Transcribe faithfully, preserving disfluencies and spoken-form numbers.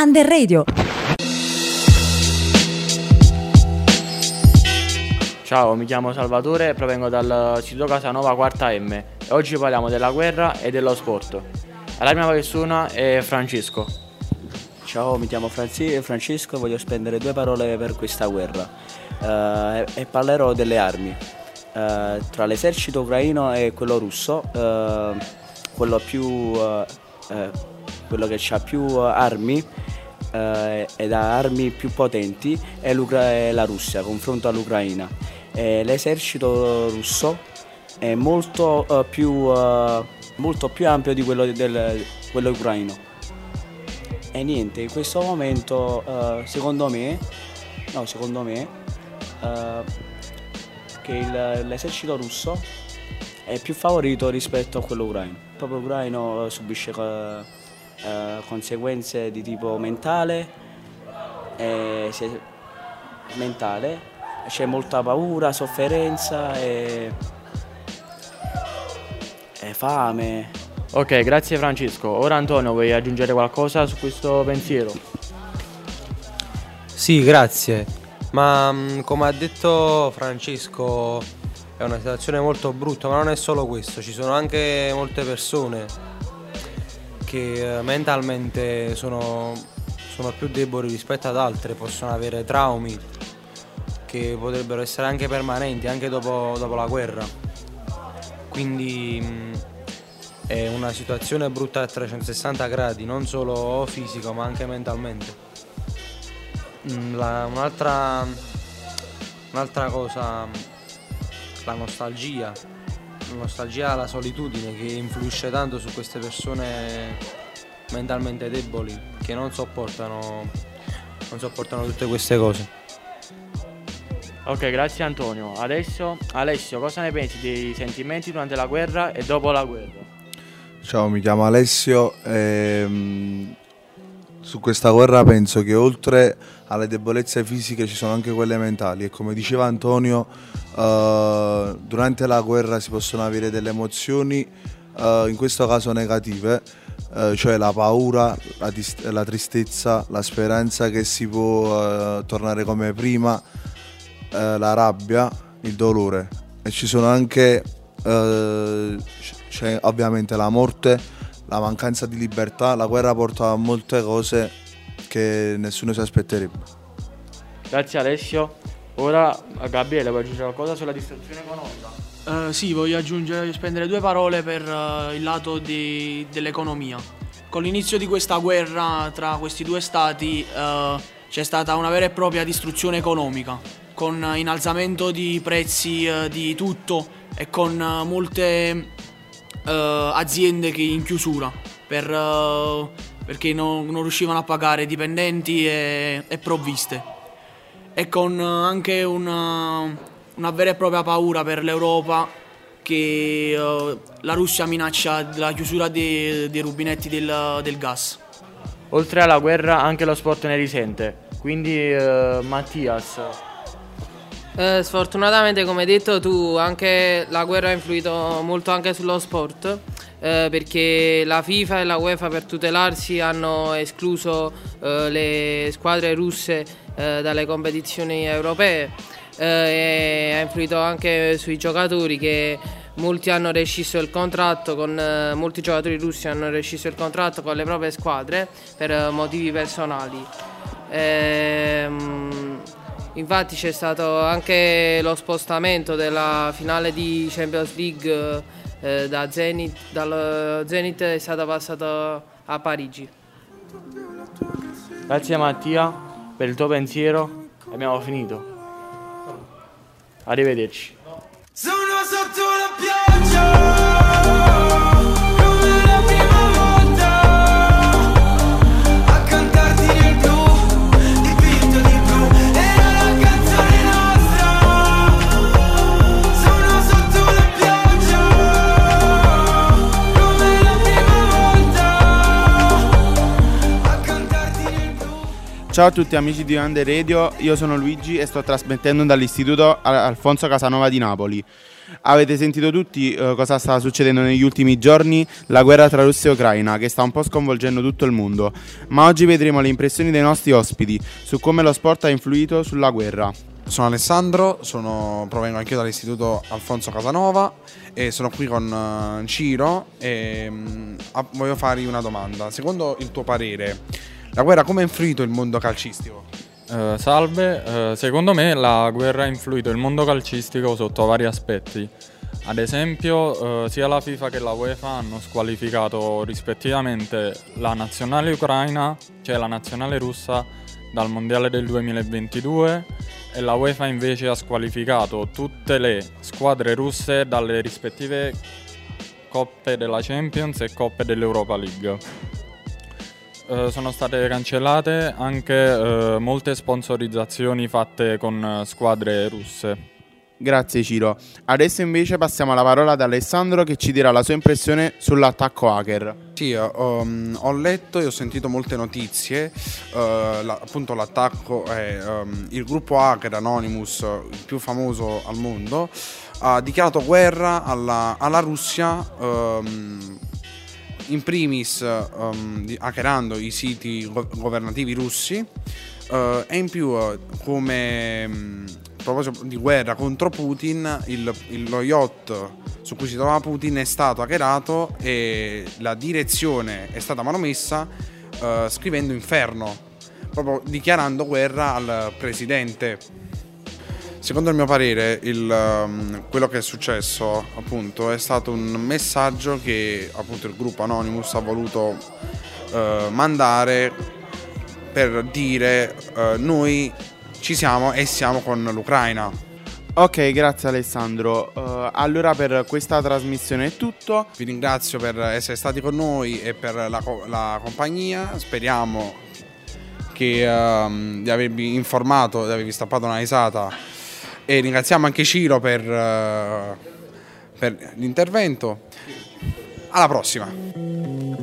Under Radio. Ciao, mi chiamo Salvatore e provengo dal sito Casanova Quarta M e oggi parliamo della guerra e dello sport. La mia persona è Francesco. Ciao, mi chiamo Franzi- Francesco e voglio spendere due parole per questa guerra eh, e parlerò delle armi. Eh, tra l'esercito ucraino e quello russo, eh, quello, più, eh, eh, quello che ha più armi eh, ed ha armi più potenti è, è la Russia, confronto all'Ucraina. E l'esercito russo è molto, uh, più, uh, molto più ampio di quello, del, quello ucraino. E niente, in questo momento uh, secondo me, no, secondo me uh, che il, l'esercito russo è più favorito rispetto a quello ucraino. Il popolo ucraino subisce uh, uh, conseguenze di tipo mentale, e se, mentale. C'è molta paura, sofferenza e, e fame. Ok, grazie Francesco. Ora Antonio, vuoi aggiungere qualcosa su questo pensiero? Sì, grazie. Ma come ha detto Francesco è una situazione molto brutta, ma non è solo questo, ci sono anche molte persone che mentalmente sono, sono più deboli rispetto ad altre, possono avere traumi che potrebbero essere anche permanenti, anche dopo, dopo la guerra. Quindi mh, è una situazione brutta a trecentosessanta gradi, non solo fisico ma anche mentalmente. Mh, la, un'altra, un'altra cosa, la nostalgia, la nostalgia, la solitudine che influisce tanto su queste persone mentalmente deboli che non sopportano, non sopportano tutte queste cose. Ok, grazie Antonio. Adesso, Alessio, cosa ne pensi dei sentimenti durante la guerra e dopo la guerra? Ciao, mi chiamo Alessio e mh, su questa guerra penso che oltre alle debolezze fisiche ci sono anche quelle mentali e come diceva Antonio, uh, durante la guerra si possono avere delle emozioni, uh, in questo caso negative, uh, cioè la paura, la, tist- la tristezza, la speranza che si può uh, tornare come prima, la rabbia, il dolore e ci sono anche eh, c'è ovviamente la morte, la mancanza di libertà. La guerra porta a molte cose che nessuno si aspetterebbe. Grazie Alessio. Ora Gabriele, vuoi aggiungere qualcosa sulla distruzione economica? Uh, sì, voglio aggiungere, voglio spendere due parole per uh, il lato di, dell'economia. Con l'inizio di questa guerra tra questi due stati uh, c'è stata una vera e propria distruzione economica, con innalzamento di prezzi uh, di tutto e con uh, molte uh, aziende che in chiusura per, uh, perché non, non riuscivano a pagare dipendenti e, e provviste, e con uh, anche una, una vera e propria paura per l'Europa che uh, la Russia minaccia la chiusura dei, dei rubinetti del, del gas. Oltre alla guerra anche lo sport ne risente, quindi uh, Mattias. Eh, sfortunatamente, come hai detto tu, anche la guerra ha influito molto anche sullo sport, eh, perché la FIFA e la UEFA per tutelarsi hanno escluso eh, le squadre russe eh, dalle competizioni europee, eh, e ha influito anche sui giocatori, che molti hanno rescisso il contratto con eh, molti giocatori russi hanno rescisso il contratto con le proprie squadre per eh, motivi personali. Ehm, Infatti c'è stato anche lo spostamento della finale di Champions League eh, da Zenit, dal Zenit è stata passata a Parigi. Grazie Mattia per il tuo pensiero, abbiamo finito. Arrivederci. Sono sotto la pioggia come la prima volta a cantarti nel blu, dipinto di blu. Ciao a tutti amici di Under Radio, io sono Luigi e sto trasmettendo dall'Istituto Alfonso Casanova di Napoli. Avete sentito tutti eh, cosa sta succedendo negli ultimi giorni, la guerra tra Russia e Ucraina, che sta un po' sconvolgendo tutto il mondo. Ma oggi vedremo le impressioni dei nostri ospiti su come lo sport ha influito sulla guerra. Sono Alessandro, sono, provengo anch'io dall'istituto Alfonso Casanova e sono qui con uh, Ciro e um, a, voglio fargli una domanda. Secondo il tuo parere, la guerra come ha influito il mondo calcistico? Uh, salve, uh, secondo me la guerra ha influito il mondo calcistico sotto vari aspetti. Ad esempio, uh, sia la FIFA che la UEFA hanno squalificato rispettivamente la nazionale ucraina, cioè la nazionale russa, dal mondiale del duemilaventidue, e la UEFA invece ha squalificato tutte le squadre russe dalle rispettive coppe della Champions e coppe dell'Europa League. Uh, sono state cancellate anche uh, molte sponsorizzazioni fatte con uh, squadre russe. Grazie Ciro. Adesso invece passiamo la parola ad Alessandro che ci dirà la sua impressione sull'attacco hacker. Sì, um, ho letto e ho sentito molte notizie, uh, la, appunto l'attacco è um, il gruppo hacker Anonymous, il più famoso al mondo, ha dichiarato guerra alla, alla Russia, um, in primis um, hackerando i siti go- governativi russi uh, e in più uh, come um, a proposito di guerra contro Putin, il, il, lo yacht su cui si trovava Putin è stato hackerato e la direzione è stata manomessa uh, scrivendo inferno, proprio dichiarando guerra al presidente. Secondo il mio parere, il, um, quello che è successo appunto è stato un messaggio che appunto il gruppo Anonymous ha voluto uh, mandare per dire uh, noi ci siamo e siamo con l'Ucraina. Ok, grazie Alessandro. Uh, allora per questa trasmissione è tutto. Vi ringrazio per essere stati con noi e per la, co- la compagnia. Speriamo che, uh, di avervi informato, di avervi stappato una risata. E ringraziamo anche Ciro per, uh, per l'intervento. Alla prossima.